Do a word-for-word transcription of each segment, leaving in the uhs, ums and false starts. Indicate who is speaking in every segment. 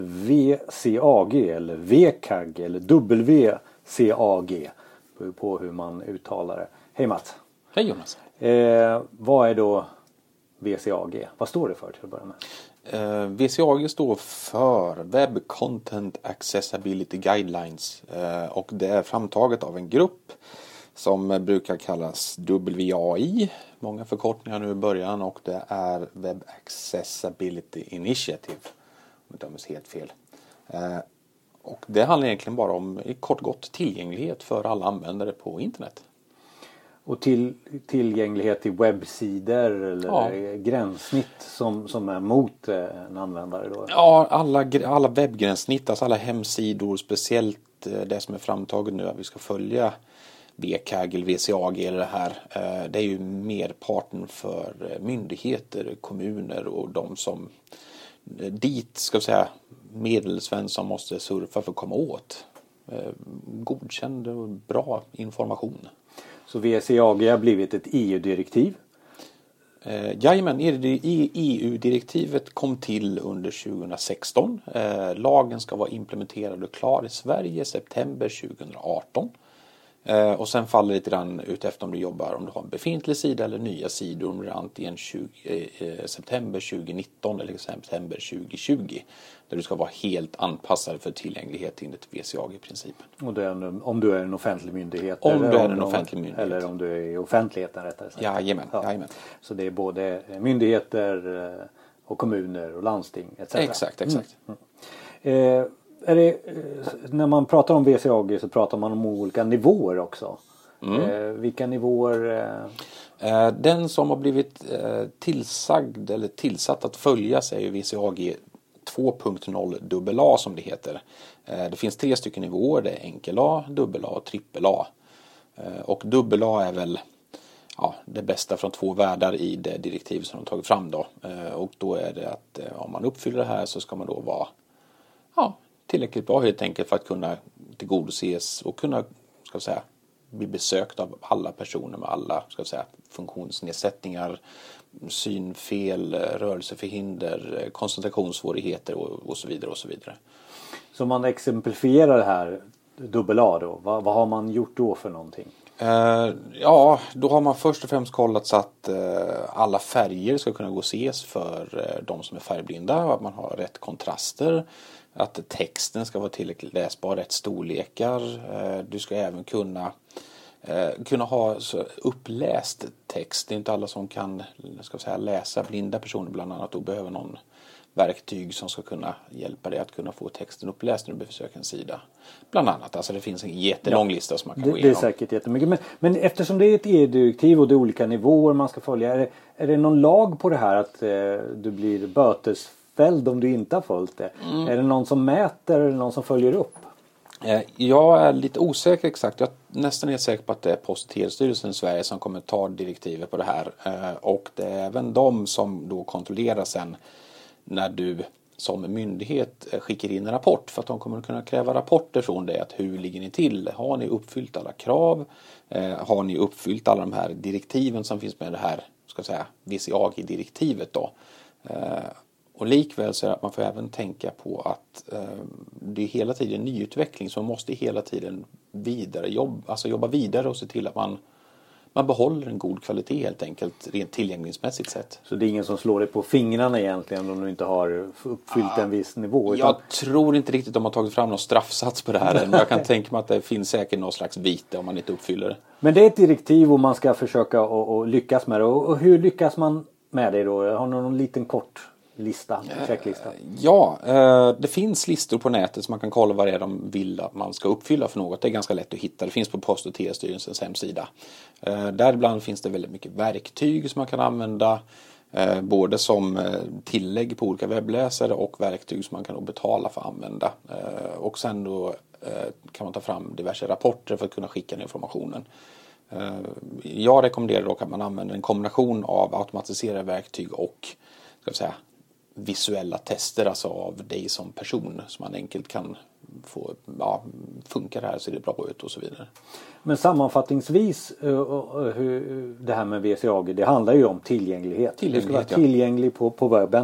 Speaker 1: V C A G eller V C A G eller W C A G på hur man uttalar det. Hej Mats.
Speaker 2: Hej Jonas.
Speaker 1: Eh, vad är då V C A G? Vad står det för till att börja med?
Speaker 2: Eh, V C A G står för Web Content Accessibility Guidelines eh, och det är framtaget av en grupp som brukar kallas W A I. Många förkortningar nu i början, och det är Web Accessibility Initiative. Om inte jag helt fel. Eh, och det handlar egentligen bara om i kort gott tillgänglighet för alla användare på internet.
Speaker 1: Och till, tillgänglighet till webbsidor eller
Speaker 2: ja.
Speaker 1: gränssnitt som, som är mot en användare då?
Speaker 2: Ja, alla, alla webbgränssnitt, alltså alla hemsidor, speciellt det som är framtaget nu att vi ska följa V C A G eller V C A G eller det här. Det är ju merparten för myndigheter, kommuner och de som dit, ska vi säga, medelsvensson måste surfa för att komma åt godkänd och bra information.
Speaker 1: Så V C A G har blivit ett E U-direktiv?
Speaker 2: Eh, jajamän, E U-direktivet kom till under tjugohundrasexton. Eh, lagen ska vara implementerad och klar i Sverige september tjugohundraarton. Eh, och sen faller det lite grann ut efter om du jobbar, om du har en befintlig sida eller nya sidor, om det är antingen tjugo, eh, september tjugonitton eller september tjugotjugo. Där du ska vara helt anpassad för tillgänglighet enligt V C A G-principen.
Speaker 1: Och det är om du är en offentlig myndighet?
Speaker 2: Om
Speaker 1: eller
Speaker 2: du är
Speaker 1: om
Speaker 2: en
Speaker 1: någon,
Speaker 2: offentlig myndighet.
Speaker 1: Eller om du är i offentligheten rättare sagt.
Speaker 2: Jajamän,
Speaker 1: ja.
Speaker 2: jajamän.
Speaker 1: Så det är både myndigheter och kommuner och landsting et cetera.
Speaker 2: Exakt, exakt.
Speaker 1: Mm. Mm. Eh, är det, när man pratar om V C A G så pratar man om olika nivåer också. Mm. Eh, vilka nivåer?
Speaker 2: Eh... Den som har blivit eh, tillsagd eller tillsatt att följa sig är V C A G två punkt noll A A som det heter. Eh, det finns tre stycken nivåer. Det är enkel A, dubbel A och trippel A. Eh, och dubbel A är väl ja, det bästa från två världar i det direktiv som de tagit fram då. Eh, och då är det att eh, om man uppfyller det här så ska man då vara ja, tillräckligt bra helt enkelt för att kunna tillgodoses och kunna, ska jag säga, bli besökt av alla personer med alla, ska jag säga, funktionsnedsättningar, synfel, rörelseförhinder, koncentrationssvårigheter och, och så vidare och så vidare.
Speaker 1: Så man exemplifierar det här dubbel A då, vad, vad har man gjort då för någonting?
Speaker 2: Uh, ja, då har man först och främst kollat så att uh, alla färger ska kunna gå att ses för uh, de som är färgblinda, och att man har rätt kontraster, att texten ska vara tillräckligt läsbar, rätt storlekar. Uh, du ska även kunna uh, kunna ha så uppläst text. Det är inte alla som kan, ska jag säga, läsa, blinda personer bland annat, och behöver någon verktyg som ska kunna hjälpa dig att kunna få texten uppläst när du besöker en sida. Bland annat, alltså det finns en jättelång ja, lista som man kan
Speaker 1: det,
Speaker 2: gå igenom.
Speaker 1: Det är säkert jättemycket. Men, men eftersom det är ett E U-direktiv och det är olika nivåer man ska följa, är det, är det någon lag på det här att eh, du blir bötesfälld om du inte har följt det? Mm. Är det någon som mäter eller någon som följer upp?
Speaker 2: Eh, jag är lite osäker exakt. Jag är nästan helt säker på att det är Post- och telestyrelsen i Sverige som kommer ta direktivet på det här. Eh, och det är även de som då kontrollerar sen när du som myndighet skickar in en rapport, för att de kommer att kunna kräva rapporter från dig att hur ligger ni till? Har ni uppfyllt alla krav? Eh, har ni uppfyllt alla de här direktiven som finns med det här, ska jag säga, V C A G-direktivet då? Eh, och likväl så är det att man får även tänka på att eh, det är hela tiden nyutveckling, så man måste hela tiden vidare jobba, alltså jobba vidare och se till att man Man behåller en god kvalitet helt enkelt, rent tillgänglighetsmässigt sett.
Speaker 1: Så det är ingen som slår dig på fingrarna egentligen om du inte har uppfyllt ah, en viss nivå?
Speaker 2: Utan... Jag tror inte riktigt de har tagit fram någon straffsats på det här än. Men jag kan tänka mig att det finns säkert någon slags vite om man inte uppfyller det.
Speaker 1: Men det är ett direktiv och man ska försöka och, och lyckas med det. Och, och hur lyckas man med det då? Har någon liten kort lista, checklista?
Speaker 2: Ja, det finns listor på nätet som man kan kolla vad det är de vill att man ska uppfylla för något. Det är ganska lätt att hitta. Det finns på Post- och telestyrelsens hemsida. Där ibland finns det väldigt mycket verktyg som man kan använda. Både som tillägg på olika webbläsare och verktyg som man kan betala för att använda. Och sen då kan man ta fram diverse rapporter för att kunna skicka den informationen. Jag rekommenderar dock att man använder en kombination av automatiserade verktyg och, ska jag säga, visuella tester, alltså av dig som person, så man enkelt kan få, ja, funkar det här, ser det bra ut och så vidare.
Speaker 1: Men sammanfattningsvis, det här med V C A G, det handlar ju om tillgänglighet.
Speaker 2: tillgänglighet
Speaker 1: du ska vara tillgänglig på, på webben.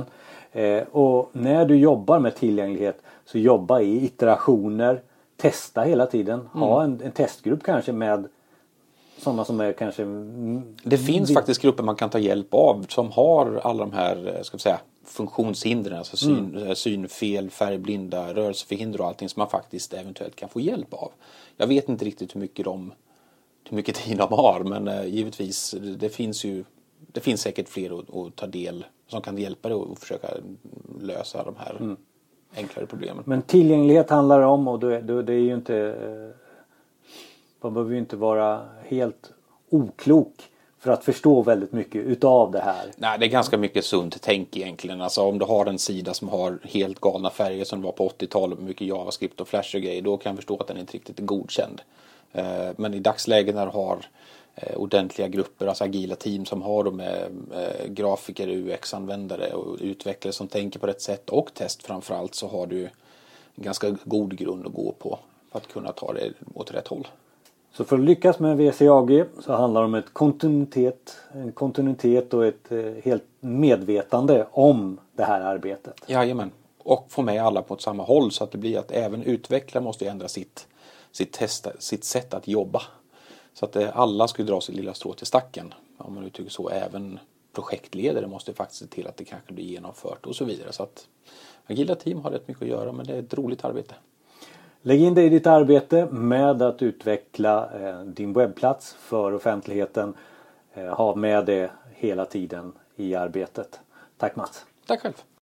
Speaker 1: Eh, och när du jobbar med tillgänglighet så jobba i iterationer, testa hela tiden, mm. ha en, en testgrupp kanske med sådana som är kanske...
Speaker 2: Det finns faktiskt grupper man kan ta hjälp av som har alla de här, ska vi säga, funktionshindren, alltså syn, mm. synfel, färgblinda, rörelseförhinder och allting som man faktiskt eventuellt kan få hjälp av. Jag vet inte riktigt hur mycket de, hur mycket tid de har, men uh, givetvis, det finns ju, det finns säkert fler att, att ta del som kan hjälpa dig och försöka lösa de här mm. enklare problemen.
Speaker 1: Men tillgänglighet handlar om, och det, det, det är ju inte, man behöver ju inte vara helt oklok för att förstå väldigt mycket utav det här.
Speaker 2: Nej, det är ganska mycket sunt tänk egentligen. Alltså om du har en sida som har helt galna färger som var på åttiotalet med mycket JavaScript och Flash och grejer, då kan jag förstå att den inte riktigt är godkänd. Men i dagsläget när du har ordentliga grupper, alltså agila team som har de med grafiker, U X-användare och utvecklare som tänker på rätt sätt och test framförallt, så har du en ganska god grund att gå på för att kunna ta det åt rätt håll.
Speaker 1: Så för att lyckas med V C A G så handlar det om ett kontinuitet, en kontinuitet och ett eh, helt medvetande om det här arbetet.
Speaker 2: Jajamän. Och få med alla på ett samma håll så att det blir att även utvecklare måste ändra sitt, sitt, testa, sitt sätt att jobba. Så att eh, alla skulle dra sitt lilla strå till stacken. Om man uttrycker så, även projektledare måste faktiskt se till att det kanske blir genomfört och så vidare. Så att agila team har rätt mycket att göra, men det är ett roligt arbete.
Speaker 1: Lägg in det i ditt arbete med att utveckla eh, din webbplats för offentligheten. Eh, ha med det hela tiden i arbetet. Tack Mats.
Speaker 2: Tack själv.